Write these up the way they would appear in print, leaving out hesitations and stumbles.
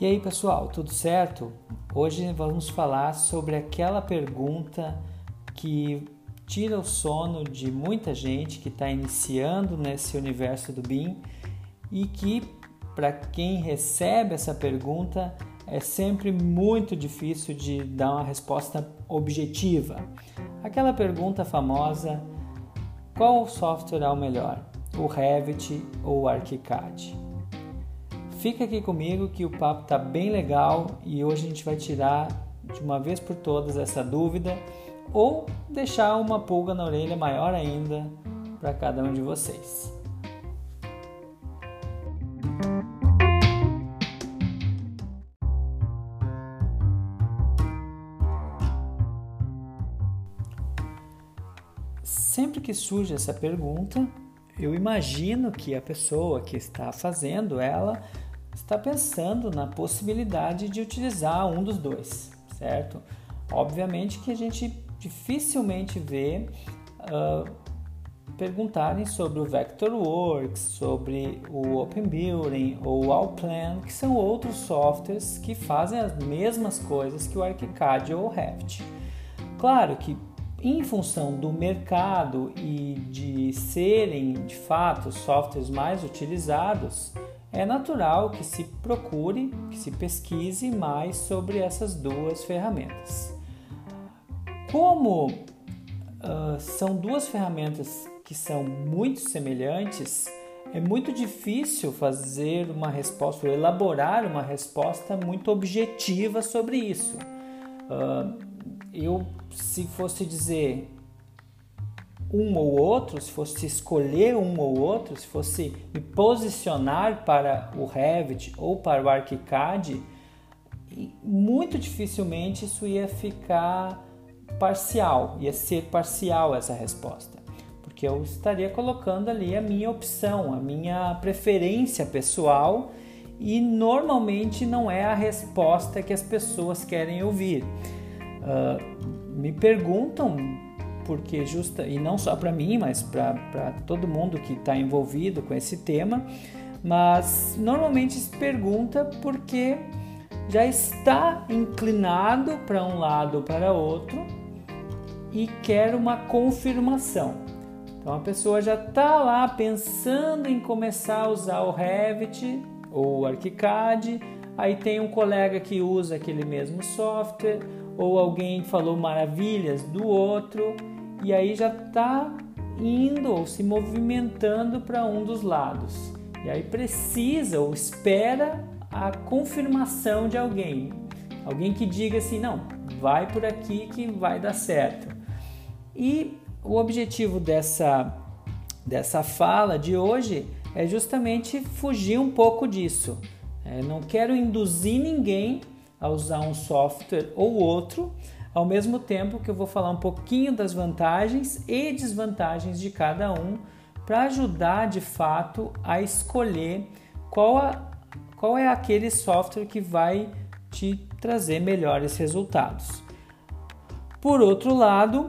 E aí pessoal, tudo certo? Hoje vamos falar sobre aquela pergunta que tira o sono de muita gente que está iniciando nesse universo do BIM e que, para quem recebe essa pergunta, é sempre muito difícil de dar uma resposta objetiva. Aquela pergunta famosa: qual software é o melhor, o Revit ou o ArchiCAD? Fica aqui comigo que o papo tá bem legal e hoje a gente vai tirar de uma vez por todas essa dúvida ou deixar uma pulga na orelha maior ainda para cada um de vocês. Sempre que surge essa pergunta, eu imagino que a pessoa que está fazendo ela está pensando na possibilidade de utilizar um dos dois, certo? Obviamente que a gente dificilmente vê perguntarem sobre o Vectorworks, sobre o Open Building ou o Allplan, que são outros softwares que fazem as mesmas coisas que o ArchiCAD ou o Revit. Claro que em função do mercado e de serem, de fato, softwares mais utilizados, é natural que se procure, que se pesquise mais sobre essas duas ferramentas. Como são duas ferramentas que são muito semelhantes, é muito difícil fazer uma resposta, ou elaborar uma resposta muito objetiva sobre isso. Se fosse dizer um ou outro, se fosse escolher um ou outro, se fosse me posicionar para o Revit ou para o ArchiCAD, muito dificilmente isso ia ficar parcial, ia ser parcial essa resposta, porque eu estaria colocando ali a minha opção, a minha preferência pessoal e normalmente não é a resposta que as pessoas querem ouvir. Me perguntam, porque e não só para mim, mas para todo mundo que está envolvido com esse tema, mas normalmente se pergunta porque já está inclinado para um lado ou para outro e quer uma confirmação. Então a pessoa já está lá pensando em começar a usar o Revit ou o ArchiCAD, aí tem um colega que usa aquele mesmo software, ou alguém falou maravilhas do outro, e aí já está indo ou se movimentando para um dos lados. E aí precisa ou espera a confirmação de alguém que diga assim, não, vai por aqui que vai dar certo. E o objetivo dessa fala de hoje é justamente fugir um pouco disso. Não quero induzir ninguém a usar um software ou outro, ao mesmo tempo que eu vou falar um pouquinho das vantagens e desvantagens de cada um para ajudar de fato a escolher qual é aquele software que vai te trazer melhores resultados. Por outro lado,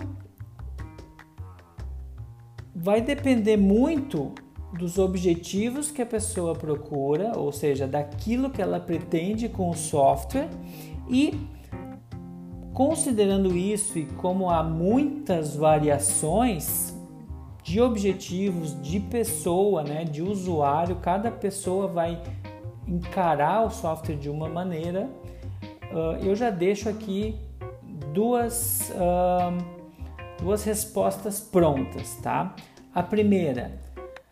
vai depender muito dos objetivos que a pessoa procura, ou seja, daquilo que ela pretende com o software, e considerando isso e como há muitas variações de objetivos de pessoa, de usuário, cada pessoa vai encarar o software de uma maneira, eu já deixo aqui duas respostas prontas, tá? A primeira: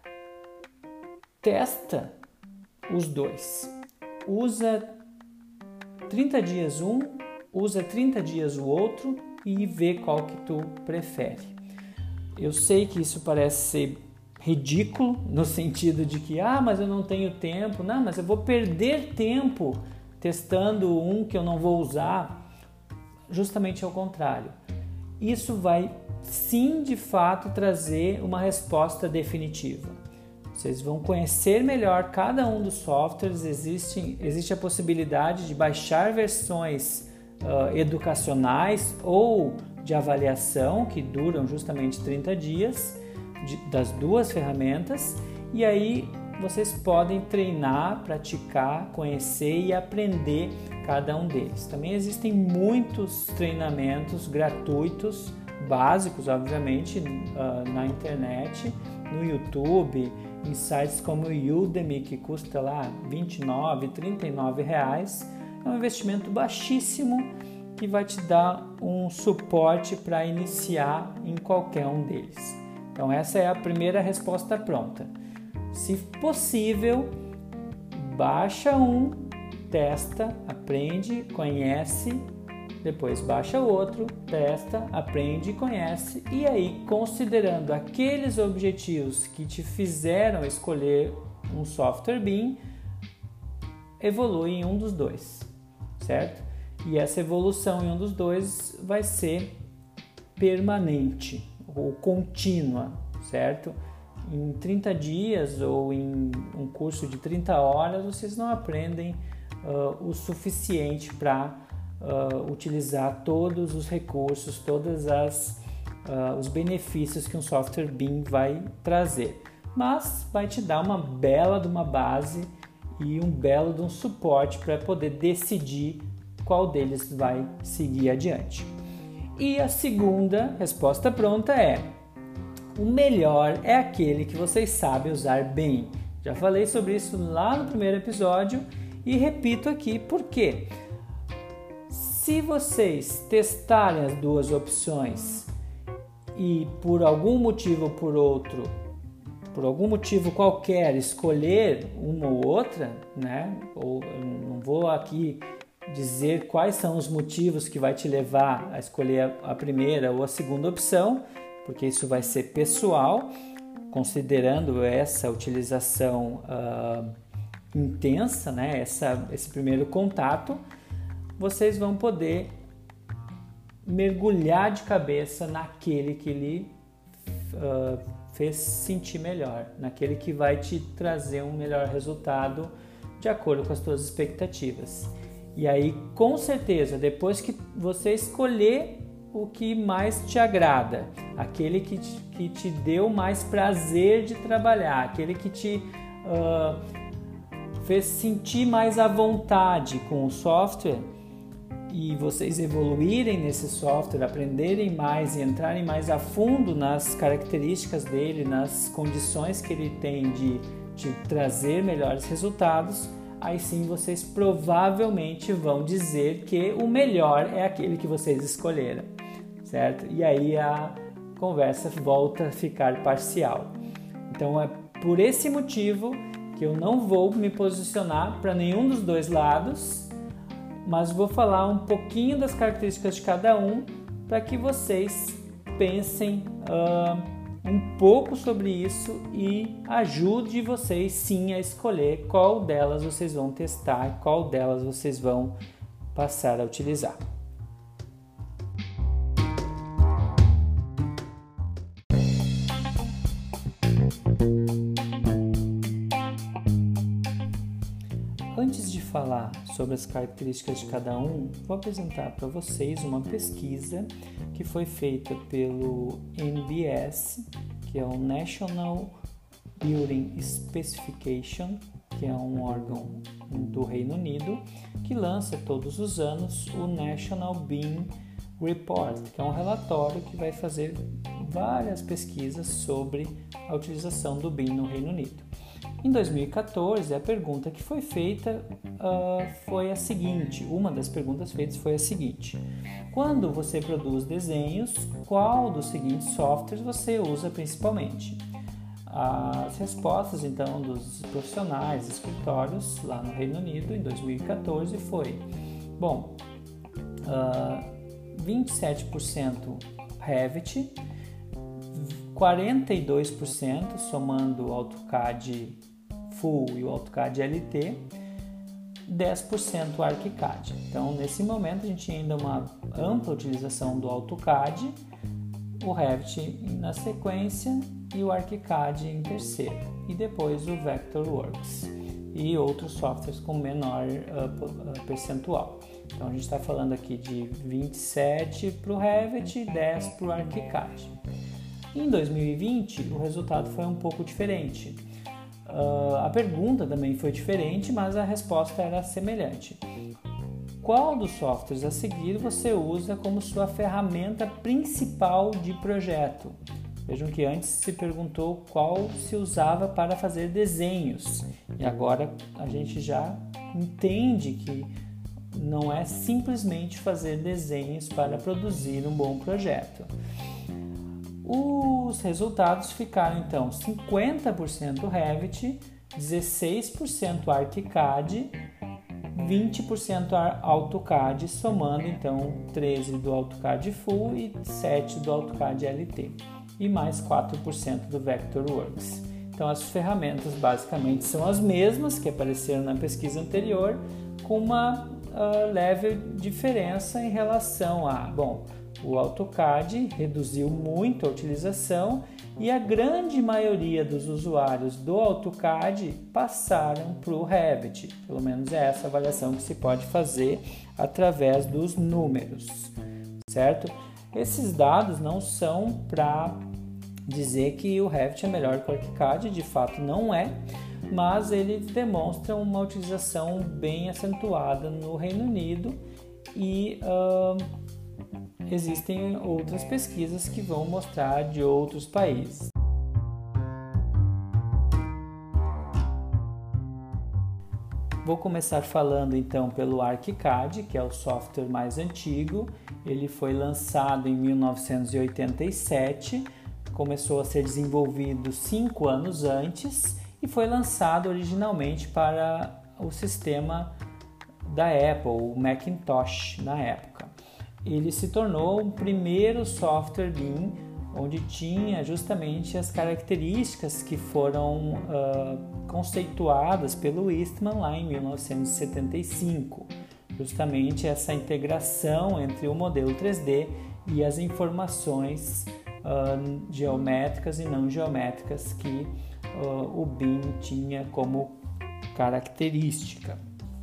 testa os dois. Usa 30 dias um, usa 30 dias o outro e vê qual que tu prefere. Eu sei que isso parece ser ridículo, no sentido de que, mas eu não tenho tempo. Não, mas eu vou perder tempo testando um que eu não vou usar. Justamente ao contrário. Isso vai, sim, de fato, trazer uma resposta definitiva. Vocês vão conhecer melhor cada um dos softwares, existe a possibilidade de baixar versões educacionais ou de avaliação, que duram justamente 30 dias, das duas ferramentas, e aí vocês podem treinar, praticar, conhecer e aprender cada um deles. Também existem muitos treinamentos gratuitos, básicos, obviamente, na internet, no YouTube, em sites como o Udemy, que custa lá R$29, R$39. É um investimento baixíssimo que vai te dar um suporte para iniciar em qualquer um deles. Então essa é a primeira resposta pronta. Se possível, baixa um, testa, aprende, conhece, depois baixa outro, testa, aprende, conhece, e aí, considerando aqueles objetivos que te fizeram escolher um software BIM, evolui em um dos dois, certo? E essa evolução em um dos dois vai ser permanente ou contínua, certo? Em 30 dias ou em um curso de 30 horas, vocês não aprendem o suficiente para utilizar todos os recursos, todos os benefícios que um software BIM vai trazer. Mas vai te dar uma bela de uma base e um belo de um suporte para poder decidir qual deles vai seguir adiante. E a segunda resposta pronta é: o melhor é aquele que vocês sabem usar bem. Já falei sobre isso lá no primeiro episódio e repito aqui por quê. Se vocês testarem as duas opções e por algum motivo ou por outro, por algum motivo qualquer, escolher uma ou outra, né? Ou não vou aqui dizer quais são os motivos que vai te levar a escolher a primeira ou a segunda opção, porque isso vai ser pessoal, considerando essa utilização intensa, né? Esse primeiro contato, vocês vão poder mergulhar de cabeça naquele que lhe fez sentir melhor, naquele que vai te trazer um melhor resultado de acordo com as suas expectativas. E aí, com certeza, depois que você escolher o que mais te agrada, aquele que te deu mais prazer de trabalhar, aquele que te fez sentir mais à vontade com o software, e vocês evoluírem nesse software, aprenderem mais e entrarem mais a fundo nas características dele, nas condições que ele tem de te trazer melhores resultados, aí sim vocês provavelmente vão dizer que o melhor é aquele que vocês escolheram, certo? E aí a conversa volta a ficar parcial. Então é por esse motivo que eu não vou me posicionar para nenhum dos dois lados, mas vou falar um pouquinho das características de cada um para que vocês pensem um pouco sobre isso e ajude vocês sim a escolher qual delas vocês vão testar e qual delas vocês vão passar a utilizar. Antes de falar sobre as características de cada um, vou apresentar para vocês uma pesquisa que foi feita pelo NBS, que é o National Building Specification, que é um órgão do Reino Unido, que lança todos os anos o National BIM Report, que é um relatório que vai fazer várias pesquisas sobre a utilização do BIM no Reino Unido. Em 2014, a pergunta que foi feita foi a seguinte, uma das perguntas feitas foi a seguinte: quando você produz desenhos, qual dos seguintes softwares você usa principalmente? As respostas, então, dos profissionais, escritórios lá no Reino Unido em 2014 foi, 27% Revit, 42% somando o AutoCAD Full e o AutoCAD LT, 10% ArchiCAD. Então, nesse momento, a gente tem ainda uma ampla utilização do AutoCAD, o Revit na sequência e o ArchiCAD em terceiro, e depois o Vectorworks e outros softwares com menor percentual. Então, a gente está falando aqui de 27% para o Revit e 10% para o ArchiCAD. Em 2020, o resultado foi um pouco diferente. A pergunta também foi diferente, mas a resposta era semelhante. Qual dos softwares a seguir você usa como sua ferramenta principal de projeto? Vejam que antes se perguntou qual se usava para fazer desenhos, e agora a gente já entende que não é simplesmente fazer desenhos para produzir um bom projeto. Os resultados ficaram então 50% Revit, 16% ArchiCAD, 20% AutoCAD, somando então 13% do AutoCAD Full e 7% do AutoCAD LT, e mais 4% do Vectorworks. Então as ferramentas basicamente são as mesmas que apareceram na pesquisa anterior, com uma leve diferença em relação a, o AutoCAD reduziu muito a utilização e a grande maioria dos usuários do AutoCAD passaram para o Revit. Pelo menos é essa avaliação que se pode fazer através dos números, certo? Esses dados não são para dizer que o Revit é melhor que o ArchiCAD, de fato não é, mas eles demonstram uma utilização bem acentuada no Reino Unido e existem outras pesquisas que vão mostrar de outros países. Vou começar falando então pelo ArchiCAD, que é o software mais antigo. Ele foi lançado em 1987, começou a ser desenvolvido 5 anos antes e foi lançado originalmente para o sistema da Apple, o Macintosh, na época. Ele se tornou o primeiro software BIM onde tinha justamente as características que foram conceituadas pelo Eastman lá em 1975. Justamente essa integração entre o modelo 3D e as informações geométricas e não geométricas que o BIM tinha como característica.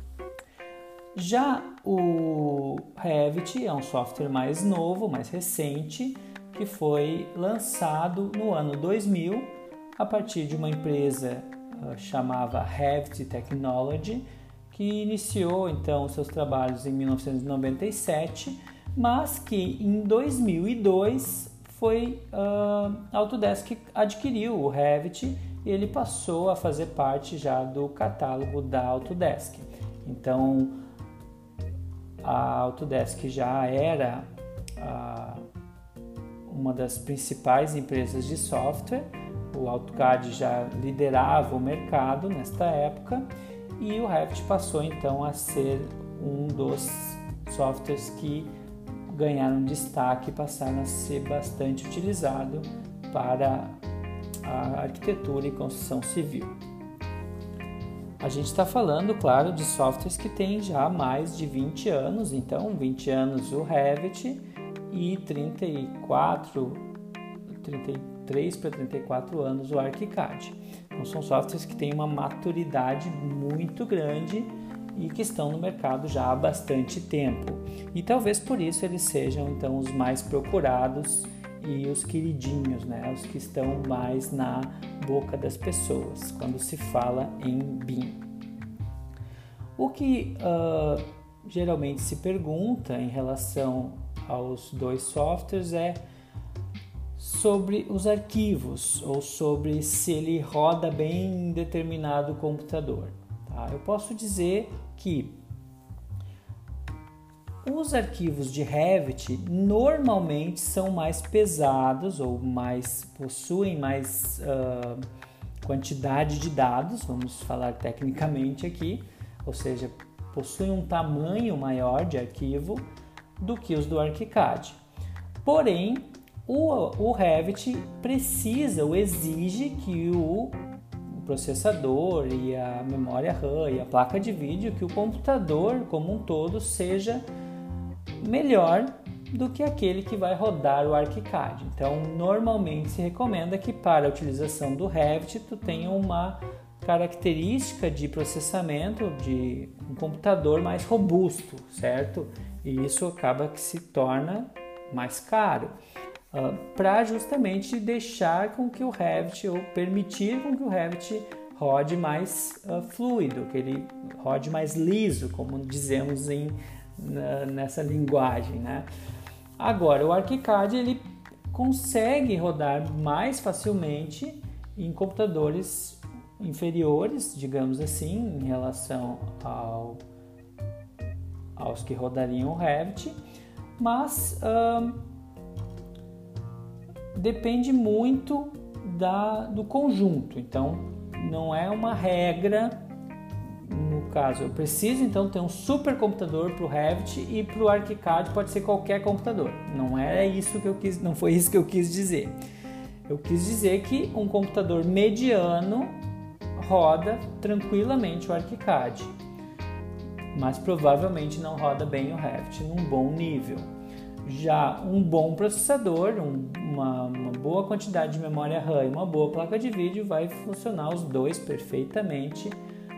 Já o Revit é um software mais novo, mais recente, que foi lançado no ano 2000 a partir de uma empresa chamada Revit Technology, que iniciou então seus trabalhos em 1997, mas que em 2002 a Autodesk adquiriu o Revit e ele passou a fazer parte já do catálogo da Autodesk. Então a Autodesk já era uma das principais empresas de software, o AutoCAD já liderava o mercado nesta época e o Revit passou então a ser um dos softwares que ganharam destaque e passaram a ser bastante utilizado para a arquitetura e construção civil. A gente está falando, claro, de softwares que têm já mais de 20 anos, então 20 anos o Revit e 33 para 34 anos o ArchiCAD. Então são softwares que têm uma maturidade muito grande e que estão no mercado já há bastante tempo. E talvez por isso eles sejam então os mais procurados e os queridinhos, né? Os que estão mais na boca das pessoas quando se fala em BIM. O que geralmente se pergunta em relação aos dois softwares é sobre os arquivos ou sobre se ele roda bem em determinado computador. Tá? Eu posso dizer que os arquivos de Revit normalmente são mais pesados ou possuem mais quantidade de dados, vamos falar tecnicamente aqui, ou seja, possuem um tamanho maior de arquivo do que os do ArchiCAD. Porém, o Revit precisa ou exige que o processador e a memória RAM e a placa de vídeo, que o computador como um todo seja melhor do que aquele que vai rodar o ArchiCAD. Então, normalmente se recomenda que para a utilização do Revit tu tenha uma característica de processamento de um computador mais robusto, certo? E isso acaba que se torna mais caro, para justamente deixar com que o Revit ou permitir com que o Revit rode mais fluido, que ele rode mais liso, como dizemos nessa linguagem, né? Agora, o ArchiCAD ele consegue rodar mais facilmente em computadores inferiores, digamos assim, em relação aos que rodariam o Revit, mas depende muito do conjunto. Então, não é uma regra. No caso, eu preciso então ter um supercomputador para o Revit e para o ArchiCAD pode ser qualquer computador. Não é isso que eu quis, não foi isso que eu quis dizer. Eu quis dizer que um computador mediano roda tranquilamente o ArchiCAD, mas provavelmente não roda bem o Revit num bom nível. Já um bom processador, uma boa quantidade de memória RAM e uma boa placa de vídeo vai funcionar os dois perfeitamente,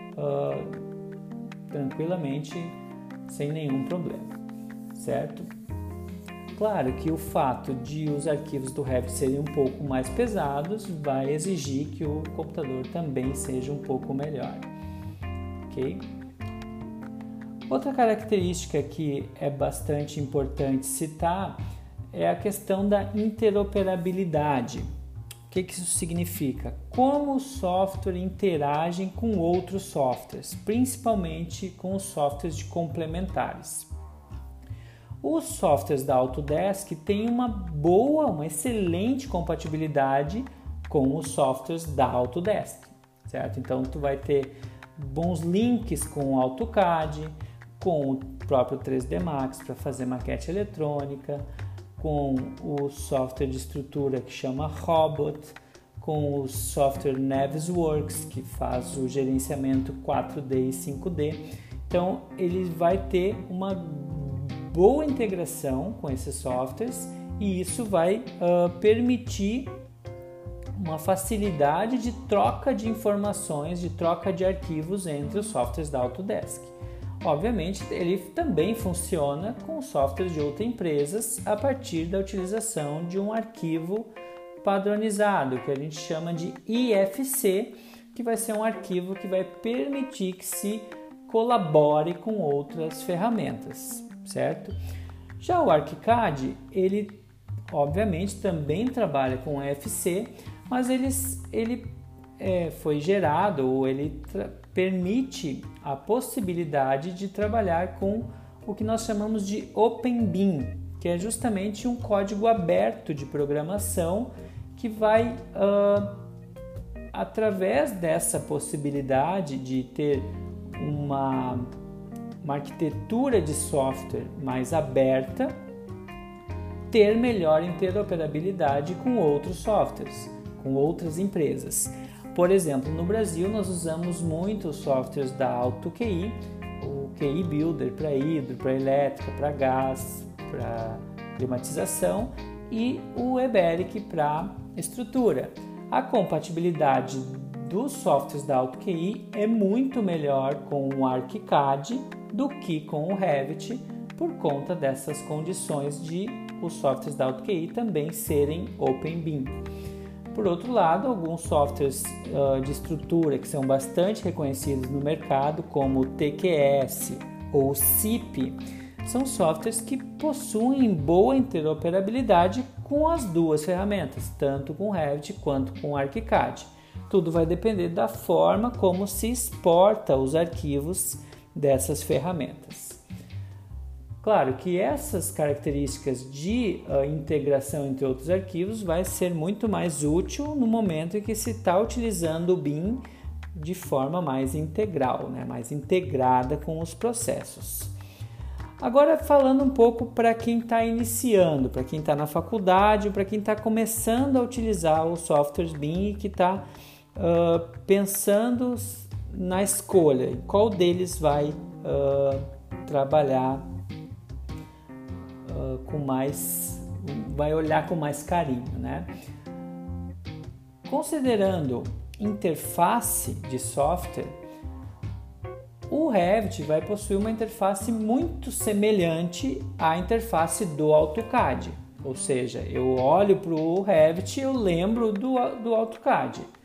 tranquilamente, sem nenhum problema, certo? Claro que o fato de os arquivos do Revit serem um pouco mais pesados vai exigir que o computador também seja um pouco melhor, ok? Outra característica que é bastante importante citar é a questão da interoperabilidade. O que isso significa? Como o software interage com outros softwares, principalmente com os softwares complementares. Os softwares da Autodesk têm uma excelente compatibilidade com os softwares da Autodesk, certo? Então, tu vai ter bons links com o AutoCAD, com o próprio 3D Max para fazer maquete eletrônica, com o software de estrutura que chama Robot, com o software Navisworks, que faz o gerenciamento 4D e 5D. Então, ele vai ter uma boa integração com esses softwares e isso vai permitir uma facilidade de troca de informações, de troca de arquivos entre os softwares da Autodesk. Obviamente, ele também funciona com softwares de outras empresas a partir da utilização de um arquivo padronizado, que a gente chama de IFC, que vai ser um arquivo que vai permitir que se colabore com outras ferramentas, certo? Já o ArchiCAD, ele obviamente também trabalha com IFC, mas ele foi gerado, ou ele permite a possibilidade de trabalhar com o que nós chamamos de OpenBIM, que é justamente um código aberto de programação que vai, através dessa possibilidade de ter uma arquitetura de software mais aberta, ter melhor interoperabilidade com outros softwares, com outras empresas. Por exemplo, no Brasil nós usamos muito os softwares da AutoQI, o QI Builder para hidro, para elétrica, para gás, para climatização e o Eberic para estrutura. A compatibilidade dos softwares da AutoQI é muito melhor com o ArchiCAD do que com o Revit, por conta dessas condições de os softwares da AutoQI também serem OpenBIM. Por outro lado, alguns softwares de estrutura que são bastante reconhecidos no mercado, como o TQS ou o CIP, são softwares que possuem boa interoperabilidade com as duas ferramentas, tanto com o Revit quanto com o ArchiCAD. Tudo vai depender da forma como se exporta os arquivos dessas ferramentas. Claro que essas características de integração entre outros arquivos vai ser muito mais útil no momento em que se está utilizando o BIM de forma mais integral, né? Mais integrada com os processos. Agora, falando um pouco para quem está iniciando, para quem está na faculdade, para quem está começando a utilizar os softwares BIM e que está pensando na escolha, qual deles vai trabalhar vai olhar com mais carinho, né? Considerando interface de software, o Revit vai possuir uma interface muito semelhante à interface do AutoCAD, ou seja, eu olho para o Revit e eu lembro do AutoCAD.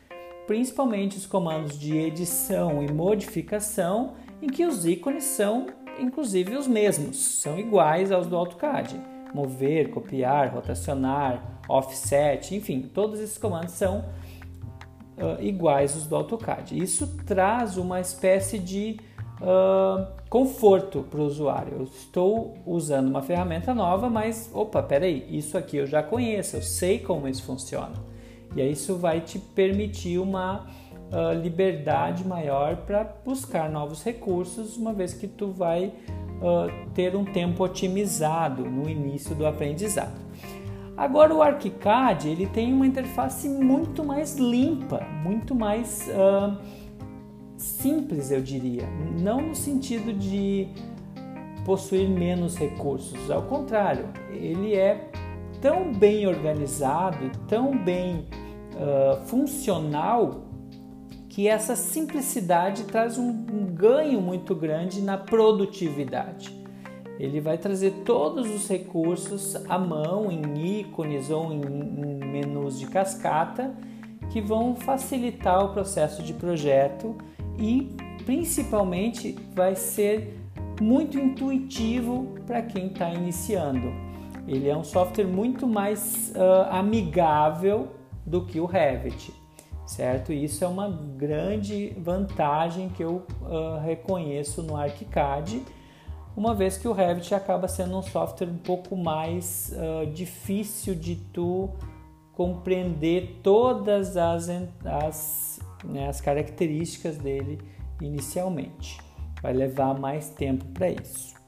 principalmente os comandos de edição e modificação, em que os ícones são inclusive os mesmos, são iguais aos do AutoCAD. Mover, copiar, rotacionar, offset, enfim, todos esses comandos são iguais aos do AutoCAD. Isso traz uma espécie de conforto para o usuário. Eu estou usando uma ferramenta nova, mas, peraí, isso aqui eu já conheço, eu sei como isso funciona. E aí isso vai te permitir uma liberdade maior para buscar novos recursos, uma vez que tu vai ter um tempo otimizado no início do aprendizado. Agora o ArchiCAD ele tem uma interface muito mais limpa, muito mais simples, eu diria. Não no sentido de possuir menos recursos, ao contrário, ele é tão bem organizado, tão bem funcional, que essa simplicidade traz um ganho muito grande na produtividade. Ele vai trazer todos os recursos à mão, em ícones ou em menus de cascata, que vão facilitar o processo de projeto e, principalmente, vai ser muito intuitivo para quem está iniciando. Ele é um software muito mais amigável do que o Revit, certo? E isso é uma grande vantagem que eu reconheço no ArchiCAD, uma vez que o Revit acaba sendo um software um pouco mais difícil de tu compreender todas as características dele inicialmente. Vai levar mais tempo para isso.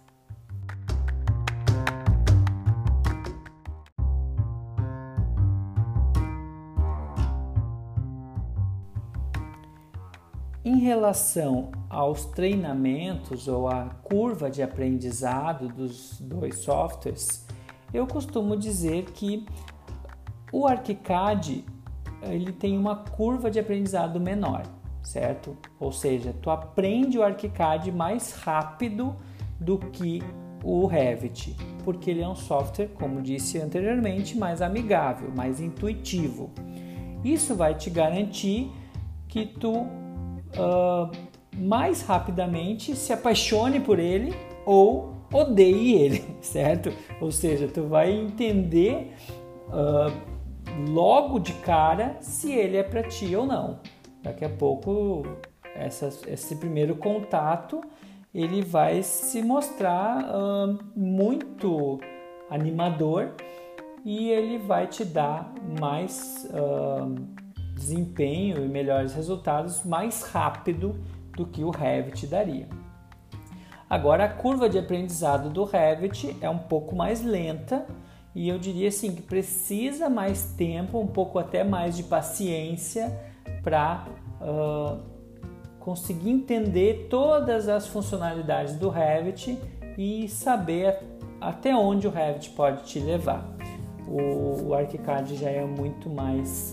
Em relação aos treinamentos ou à curva de aprendizado dos dois softwares, eu costumo dizer que o ArchiCAD ele tem uma curva de aprendizado menor, certo? Ou seja, tu aprende o ArchiCAD mais rápido do que o Revit, porque ele é um software, como disse anteriormente, mais amigável, mais intuitivo. Isso vai te garantir que tu mais rapidamente se apaixone por ele ou odeie ele, certo? Ou seja, tu vai entender logo de cara se ele é para ti ou não. Daqui a pouco esse primeiro contato ele vai se mostrar muito animador e ele vai te dar mais desempenho e melhores resultados mais rápido do que o Revit daria. Agora, a curva de aprendizado do Revit é um pouco mais lenta e eu diria assim que precisa mais tempo, um pouco até mais de paciência para conseguir entender todas as funcionalidades do Revit e saber até onde o Revit pode te levar. O ArchiCAD já é muito mais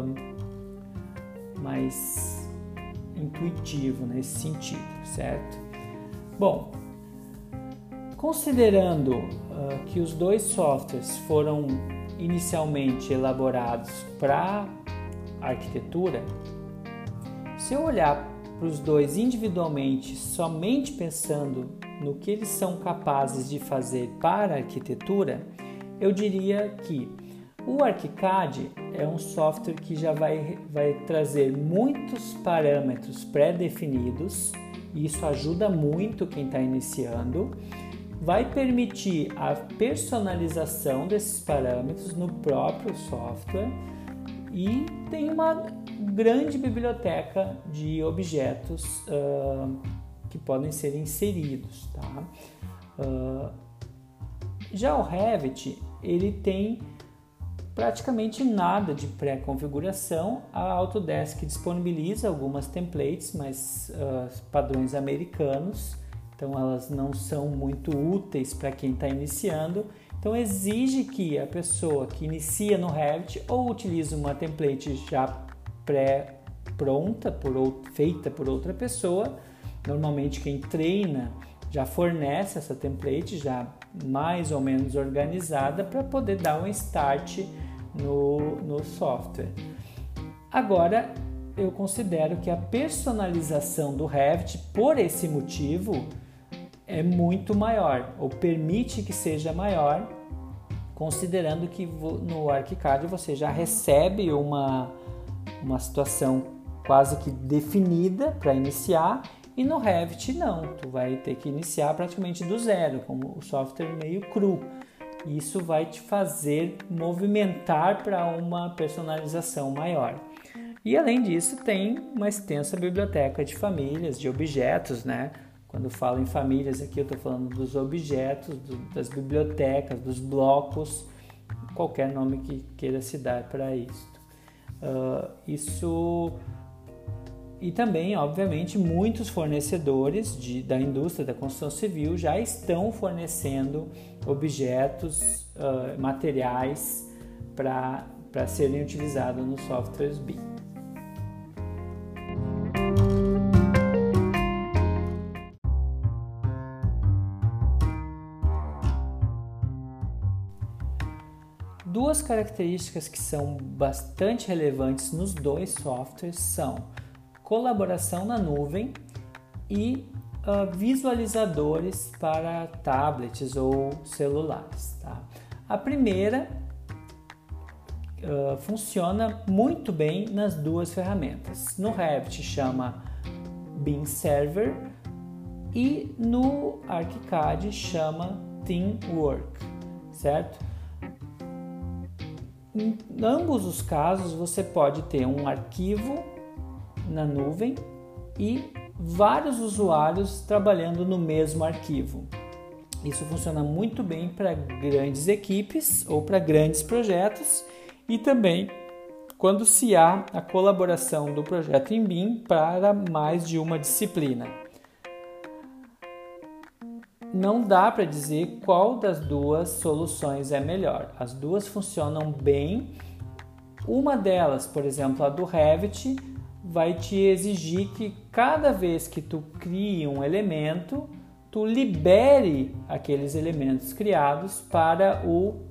intuitivo nesse sentido, certo? Bom, considerando que os dois softwares foram inicialmente elaborados para arquitetura, se eu olhar para os dois individualmente, somente pensando no que eles são capazes de fazer para a arquitetura, eu diria que o ArchiCAD é um software que já vai trazer muitos parâmetros pré-definidos, e isso ajuda muito quem está iniciando, vai permitir a personalização desses parâmetros no próprio software e tem uma grande biblioteca de objetos que podem ser inseridos, tá? Já o Revit, ele tem praticamente nada de pré-configuração. A Autodesk disponibiliza algumas templates, mas padrões americanos, então elas não são muito úteis para quem está iniciando. Então exige que a pessoa que inicia no Revit ou utilize uma template já pré-pronta, feita por outra pessoa. Normalmente quem treina já fornece essa template já mais ou menos organizada para poder dar um start no software. Agora, eu considero que a personalização do Revit, por esse motivo, é muito maior, ou permite que seja maior, considerando que no ArchiCAD você já recebe uma situação quase que definida para iniciar, e no Revit não, tu vai ter que iniciar praticamente do zero, como o software meio cru. Isso vai te fazer movimentar para uma personalização maior. E além disso, tem uma extensa biblioteca de famílias, de objetos, né? Quando falo em famílias aqui, eu estou falando dos objetos, das bibliotecas, dos blocos, qualquer nome que queira se dar para isso. E também, obviamente, muitos fornecedores da indústria da construção civil já estão fornecendo objetos, materiais para serem utilizados nos softwares BIM. Duas características que são bastante relevantes nos dois softwares são colaboração na nuvem e visualizadores para tablets ou celulares. Tá? A primeira funciona muito bem nas duas ferramentas. No Revit chama BIM Server e no ArchiCAD chama Teamwork, certo? Em ambos os casos você pode ter um arquivo na nuvem e vários usuários trabalhando no mesmo arquivo. Isso funciona muito bem para grandes equipes ou para grandes projetos e também quando se há a colaboração do projeto em BIM para mais de uma disciplina. Não dá para dizer qual das duas soluções é melhor. As duas funcionam bem. Uma delas, por exemplo, a do Revit, vai te exigir que cada vez que tu crie um elemento, tu libere aqueles elementos criados para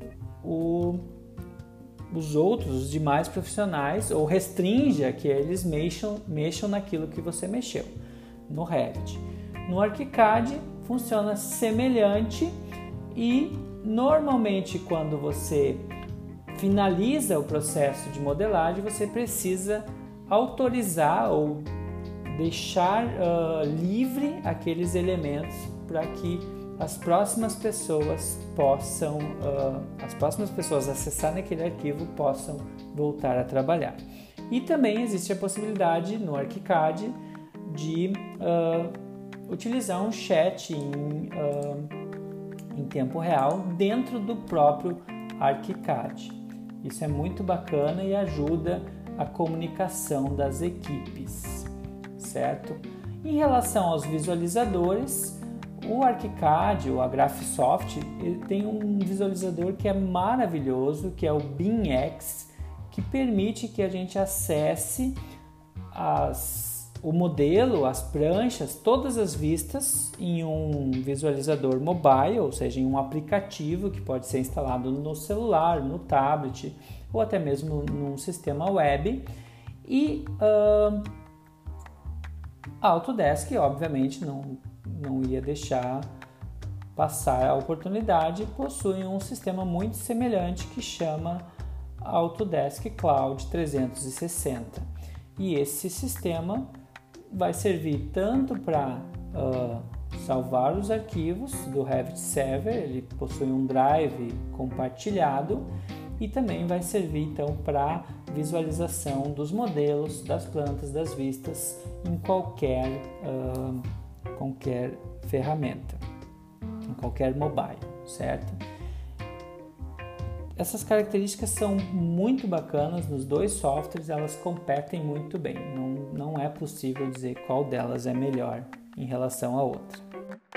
os demais profissionais, ou restrinja que eles mexam naquilo que você mexeu no Revit. No ArchiCAD funciona semelhante e normalmente quando você finaliza o processo de modelagem você precisa autorizar ou deixar livre aqueles elementos para que as próximas pessoas acessarem aquele arquivo possam voltar a trabalhar. E também existe a possibilidade no ArchiCAD de utilizar um chat em tempo real dentro do próprio ArchiCAD. Isso é muito bacana e ajuda a comunicação das equipes, certo? Em relação aos visualizadores, o ArchiCAD, ou a Graphisoft, ele tem um visualizador que é maravilhoso, que é o BIMX, que permite que a gente acesse o modelo, as pranchas, todas as vistas em um visualizador mobile, ou seja, em um aplicativo que pode ser instalado no celular, no tablet ou até mesmo num sistema web. E a Autodesk, obviamente, não ia deixar passar a oportunidade, possui um sistema muito semelhante que chama Autodesk Cloud 360. E esse sistema vai servir tanto para salvar os arquivos do Revit Server, ele possui um drive compartilhado, e também vai servir então para visualização dos modelos, das plantas, das vistas em qualquer ferramenta, em qualquer mobile, certo? Essas características são muito bacanas nos dois softwares, elas competem muito bem, não é possível dizer qual delas é melhor em relação à outra.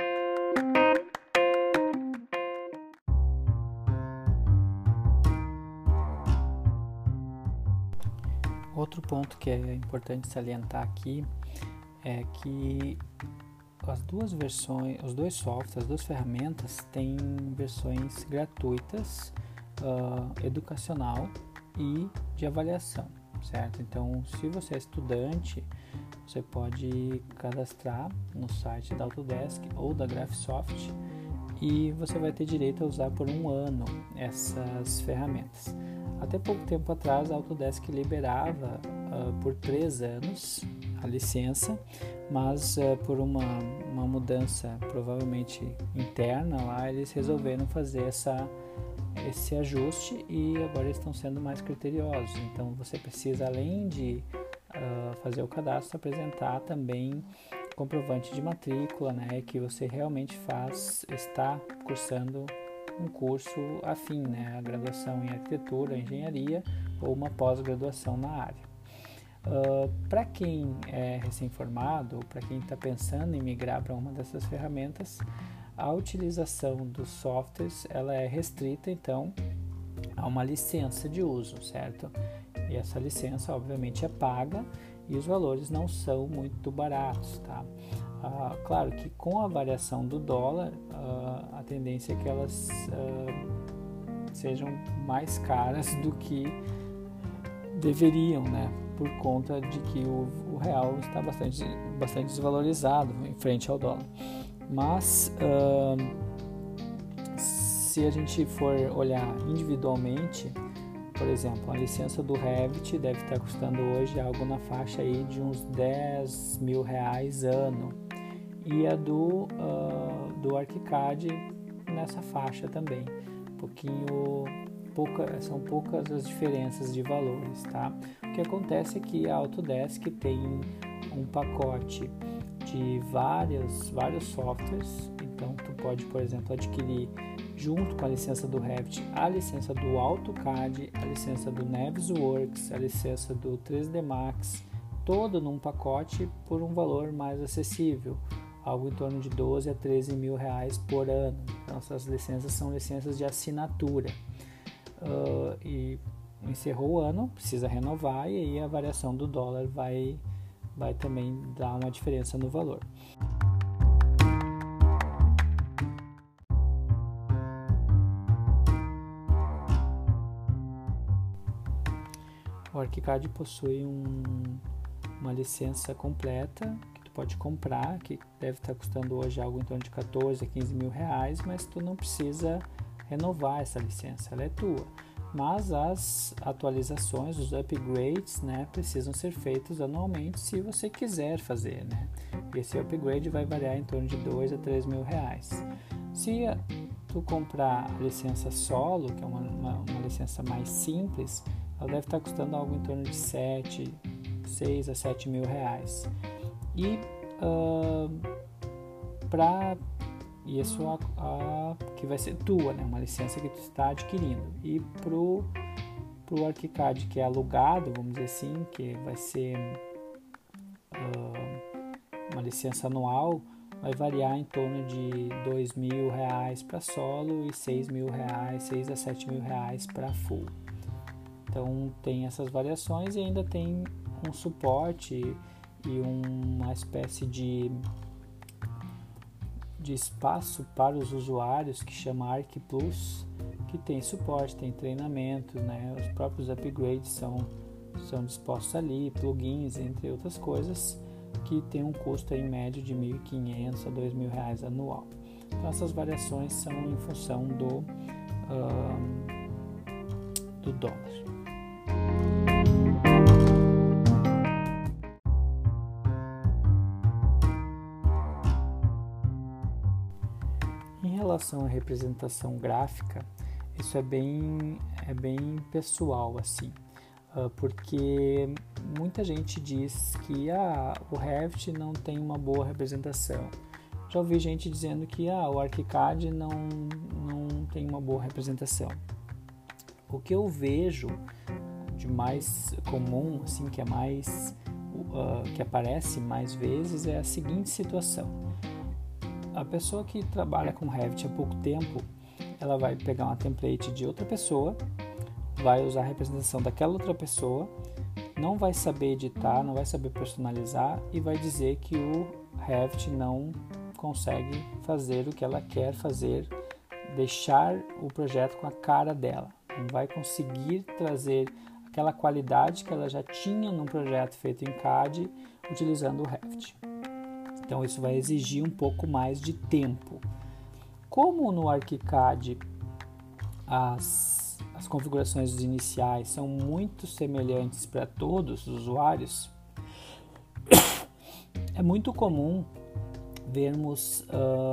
Outro ponto que é importante salientar aqui é que as duas versões, os dois softwares, as duas ferramentas têm versões gratuitas, educacional e de avaliação. certo? Então, se você é estudante, você pode cadastrar no site da Autodesk ou da Graphisoft e você vai ter direito a usar por 1 ano essas ferramentas. Até pouco tempo atrás, a Autodesk liberava por 3 anos a licença, mas por uma mudança provavelmente interna lá, eles resolveram fazer esse ajuste e agora estão sendo mais criteriosos. Então você precisa, além de fazer o cadastro, apresentar também comprovante de matrícula, né, que você realmente está cursando um curso afim, né, a graduação em arquitetura, engenharia ou uma pós-graduação na área. Para quem é recém-formado ou para quem está pensando em migrar para uma dessas ferramentas, a utilização dos softwares ela é restrita, então, a uma licença de uso, certo? E essa licença, obviamente, é paga e os valores não são muito baratos, tá? Claro que com a variação do dólar, a tendência é que elas sejam mais caras do que deveriam, né? Por conta de que o real está bastante desvalorizado em frente ao dólar. Mas se a gente for olhar individualmente, por exemplo, a licença do Revit deve estar custando hoje algo na faixa aí de uns R$10.000 ano, e a do ArchiCAD nessa faixa também, são poucas as diferenças de valores, tá? O que acontece é que a Autodesk tem um pacote de vários softwares, então tu pode, por exemplo, adquirir junto com a licença do Revit a licença do AutoCAD, a licença do Navisworks, a licença do 3D Max, todo num pacote por um valor mais acessível, algo em torno de R$12 a R$13.000 por ano. Então essas licenças são licenças de assinatura. E encerrou o ano, precisa renovar e aí a variação do dólar vai também dar uma diferença no valor. O ArchiCAD possui uma licença completa que tu pode comprar, que deve estar custando hoje algo em torno de R$14 a R$15.000, mas tu não precisa renovar essa licença, ela é tua. Mas as atualizações, os upgrades, né, precisam ser feitos anualmente se você quiser fazer, né? Esse upgrade vai variar em torno de R$2 a R$3.000. Se tu comprar a licença solo, que é uma licença mais simples, ela deve estar custando algo em torno de R$6 a R$7.000. E isso que vai ser tua, né? Uma licença que tu está adquirindo. E pro ArchiCAD que é alugado, vamos dizer assim, que vai ser uma licença anual, vai variar em torno de R$2.000 para solo e R$6.000, R$6 a R$7.000 para full. Então tem essas variações e ainda tem um suporte e uma espécie de espaço para os usuários que chama ArchiPlus, que tem suporte, tem treinamento, né? Os próprios upgrades são dispostos ali, plugins, entre outras coisas, que tem um custo em média de R$1.500 a R$2.000 anual. Então essas variações são em função do dólar. Em relação à representação gráfica, isso é bem pessoal, assim, porque muita gente diz que o Revit não tem uma boa representação. Já ouvi gente dizendo que o ArchiCAD não tem uma boa representação. O que eu vejo de mais comum, assim, que aparece mais vezes, é a seguinte situação. A pessoa que trabalha com Revit há pouco tempo, ela vai pegar uma template de outra pessoa, vai usar a representação daquela outra pessoa, não vai saber editar, não vai saber personalizar e vai dizer que o Revit não consegue fazer o que ela quer fazer, deixar o projeto com a cara dela. Não vai conseguir trazer aquela qualidade que ela já tinha num projeto feito em CAD utilizando o Revit. Então isso vai exigir um pouco mais de tempo. Como no ArchiCAD as configurações iniciais são muito semelhantes para todos os usuários, é muito comum vermos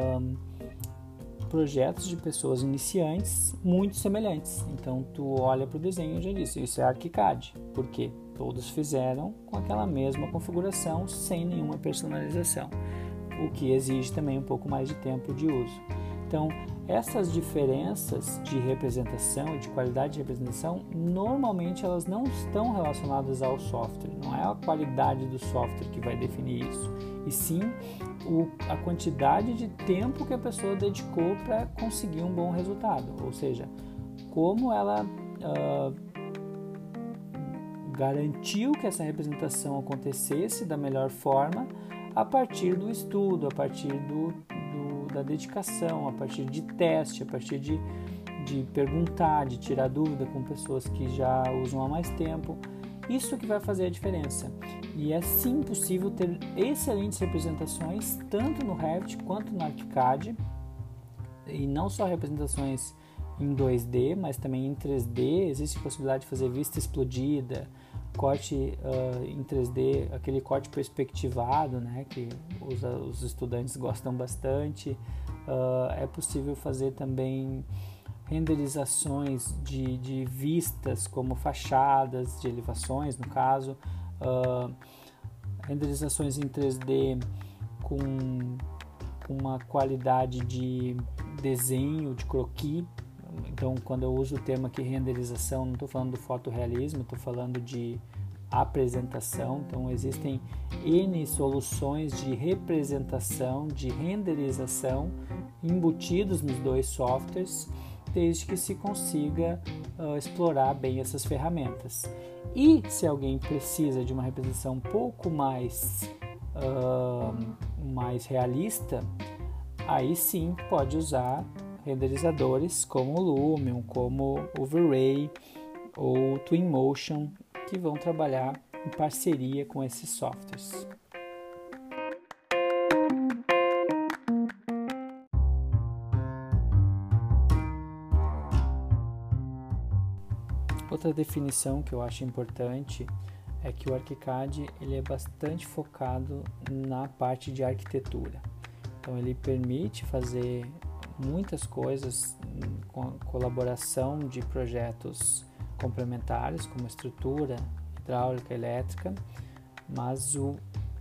projetos de pessoas iniciantes muito semelhantes. Então tu olha para o desenho e já disse, isso é ArchiCAD. Por quê? Todos fizeram com aquela mesma configuração, sem nenhuma personalização, o que exige também um pouco mais de tempo de uso. Então, essas diferenças de representação e de qualidade de representação, normalmente elas não estão relacionadas ao software. Não é a qualidade do software que vai definir isso, e sim a quantidade de tempo que a pessoa dedicou para conseguir um bom resultado. Ou seja, como ela garantiu que essa representação acontecesse da melhor forma a partir do estudo, a partir da dedicação, a partir de teste, a partir de perguntar, de tirar dúvida com pessoas que já usam há mais tempo. Isso que vai fazer a diferença. E é sim possível ter excelentes representações, tanto no Revit quanto no ArchiCAD, e não só representações em 2D, mas também em 3D. Existe a possibilidade de fazer vista explodida, corte em 3D, aquele corte perspectivado, né, que os estudantes gostam bastante. É possível fazer também renderizações de vistas, como fachadas, de elevações, no caso, renderizações em 3D com uma qualidade de desenho, de croquis. Então, quando eu uso o termo aqui renderização, não estou falando do fotorrealismo, estou falando de apresentação. Então, existem N soluções de representação, de renderização embutidos nos dois softwares, desde que se consiga explorar bem essas ferramentas. E se alguém precisa de uma representação um pouco mais realista, aí sim pode usar renderizadores como o Lumion, como o V-Ray ou Twinmotion, que vão trabalhar em parceria com esses softwares. Outra definição que eu acho importante é que o ArchiCAD ele é bastante focado na parte de arquitetura. Então ele permite fazer muitas coisas com a colaboração de projetos complementares, como estrutura, hidráulica, elétrica, mas o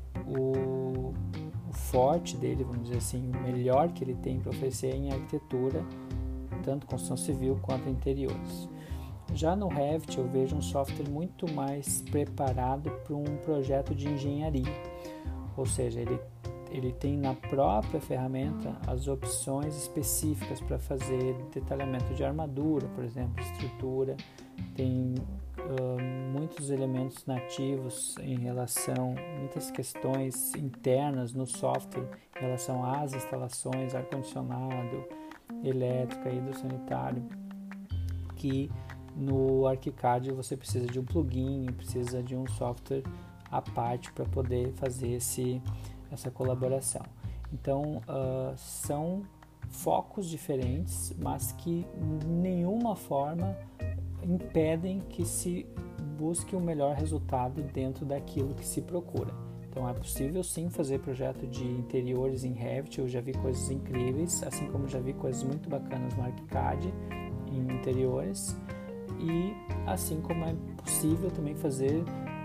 forte dele, vamos dizer assim, o melhor que ele tem para oferecer é em arquitetura, tanto construção civil quanto interiores. Já no Revit eu vejo um software muito mais preparado para um projeto de engenharia, ou seja, ele tem na própria ferramenta as opções específicas para fazer detalhamento de armadura, por exemplo, estrutura, tem muitos elementos nativos em relação, muitas questões internas no software em relação às instalações, ar-condicionado, elétrica, hidrossanitário, que no ArchiCAD você precisa de um plugin, precisa de um software à parte para poder fazer essa colaboração. Então, são focos diferentes, mas que de nenhuma forma impedem que se busque o melhor resultado dentro daquilo que se procura. Então, é possível sim fazer projeto de interiores em Revit. Eu já vi coisas incríveis, assim como já vi coisas muito bacanas no ArchiCAD em interiores, e assim como é possível também fazer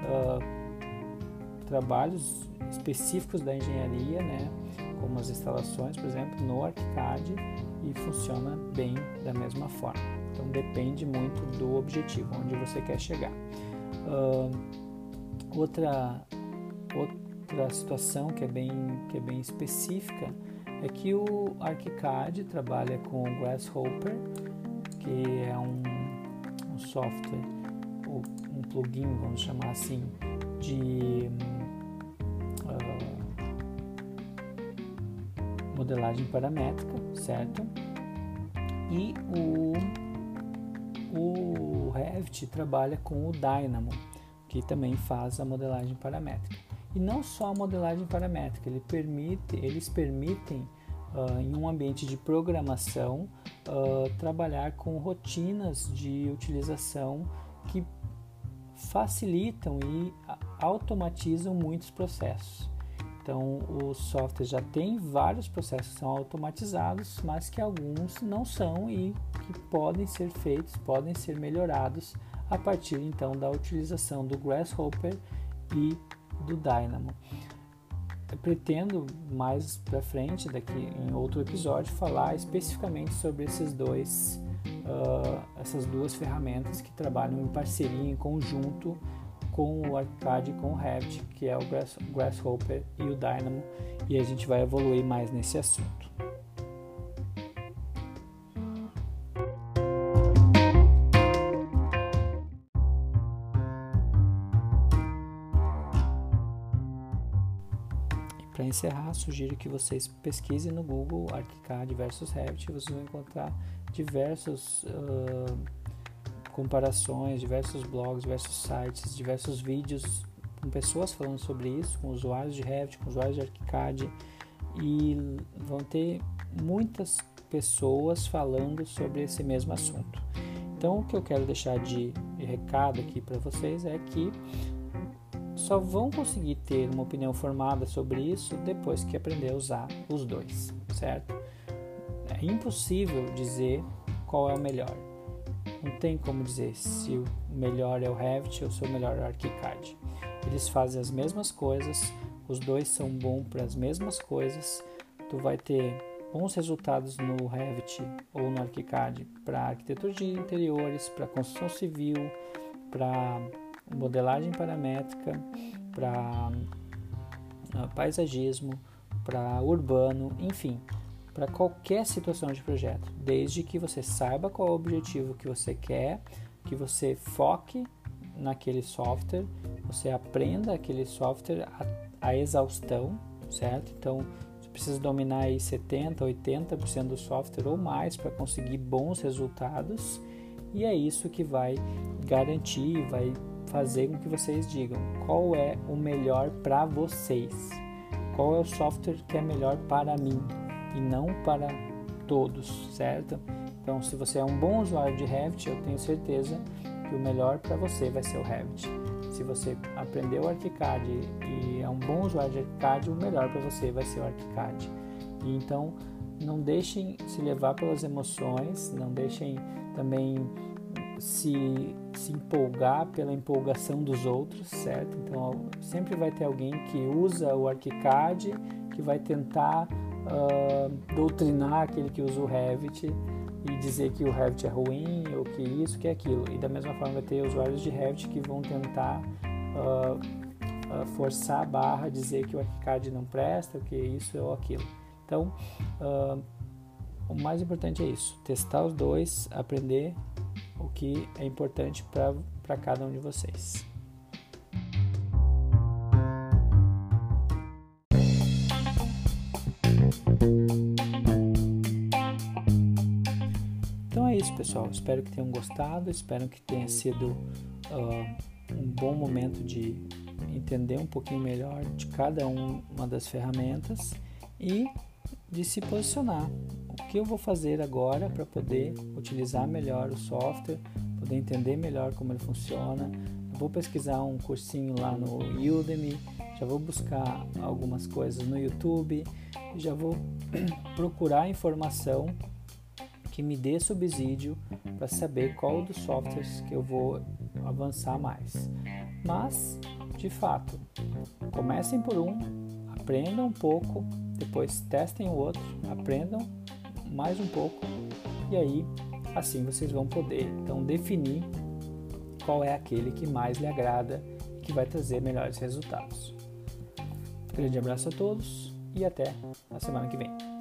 trabalhos específicos da engenharia, né, como as instalações, por exemplo, no ArchiCAD, e funciona bem da mesma forma. Então depende muito do objetivo, onde você quer chegar. Outra situação que é bem específica é que o ArchiCAD trabalha com o Grasshopper, que é um software, ou um plugin, vamos chamar assim, de modelagem paramétrica, certo? E o Revit trabalha com o Dynamo, que também faz a modelagem paramétrica. E não só a modelagem paramétrica, eles permitem em um ambiente de programação trabalhar com rotinas de utilização que facilitam e automatizam muitos processos. Então, o software já tem vários processos que são automatizados, mas que alguns não são e que podem ser feitos, podem ser melhorados a partir então da utilização do Grasshopper e do Dynamo. Eu pretendo mais para frente, daqui em outro episódio, falar especificamente sobre essas duas ferramentas que trabalham em parceria, em conjunto com o ArchiCAD e com o Revit, que é o Grasshopper e o Dynamo, e a gente vai evoluir mais nesse assunto. Para encerrar, sugiro que vocês pesquisem no Google ArchiCAD versus Revit, vocês vão encontrar diversos comparações, diversos blogs, diversos sites, diversos vídeos com pessoas falando sobre isso, com usuários de Revit, com usuários de ArchiCAD, e vão ter muitas pessoas falando sobre esse mesmo assunto. Então, o que eu quero deixar de recado aqui para vocês é que só vão conseguir ter uma opinião formada sobre isso depois que aprender a usar os dois, certo? É impossível dizer qual é o melhor. Não tem como dizer se o melhor é o Revit ou se o melhor é o ArchiCAD. Eles fazem as mesmas coisas, os dois são bons para as mesmas coisas. Tu vai ter bons resultados no Revit ou no ArchiCAD para arquitetura de interiores, para construção civil, para modelagem paramétrica, para paisagismo, para urbano, enfim, para qualquer situação de projeto, desde que você saiba qual é o objetivo que você quer, que você foque naquele software, você aprenda aquele software à exaustão, certo? Então, você precisa dominar aí 70%, 80% do software ou mais para conseguir bons resultados, e é isso que vai garantir, vai fazer com que vocês digam qual é o melhor para vocês, qual é o software que é melhor para mim e não para todos, certo? Então, se você é um bom usuário de Revit, eu tenho certeza que o melhor para você vai ser o Revit. Se você aprendeu o ArchiCAD e é um bom usuário de ArchiCAD, o melhor para você vai ser o ArchiCAD. E então, não deixem se levar pelas emoções, não deixem também se empolgar pela empolgação dos outros, certo? Então, sempre vai ter alguém que usa o ArchiCAD, que vai tentar doutrinar aquele que usa o Revit e dizer que o Revit é ruim, ou que isso, que aquilo. E da mesma forma vai ter usuários de Revit que vão tentar forçar a barra, dizer que o ArchiCAD não presta, que isso ou aquilo. Então, o mais importante é isso, testar os dois, aprender o que é importante para cada um de vocês. Então é isso, pessoal. Espero que tenham gostado, espero que tenha sido um bom momento de entender um pouquinho melhor de cada uma das ferramentas e de se posicionar. O que eu vou fazer agora para poder utilizar melhor o software, poder entender melhor como ele funciona. Eu vou pesquisar um cursinho lá no Udemy, já vou buscar algumas coisas no YouTube, já vou procurar informação que me dê subsídio para saber qual dos softwares que eu vou avançar mais. Mas, de fato, comecem por um, aprendam um pouco, depois testem o outro, aprendam mais um pouco e aí assim vocês vão poder então definir qual é aquele que mais lhe agrada e que vai trazer melhores resultados. Um grande abraço a todos e até a semana que vem.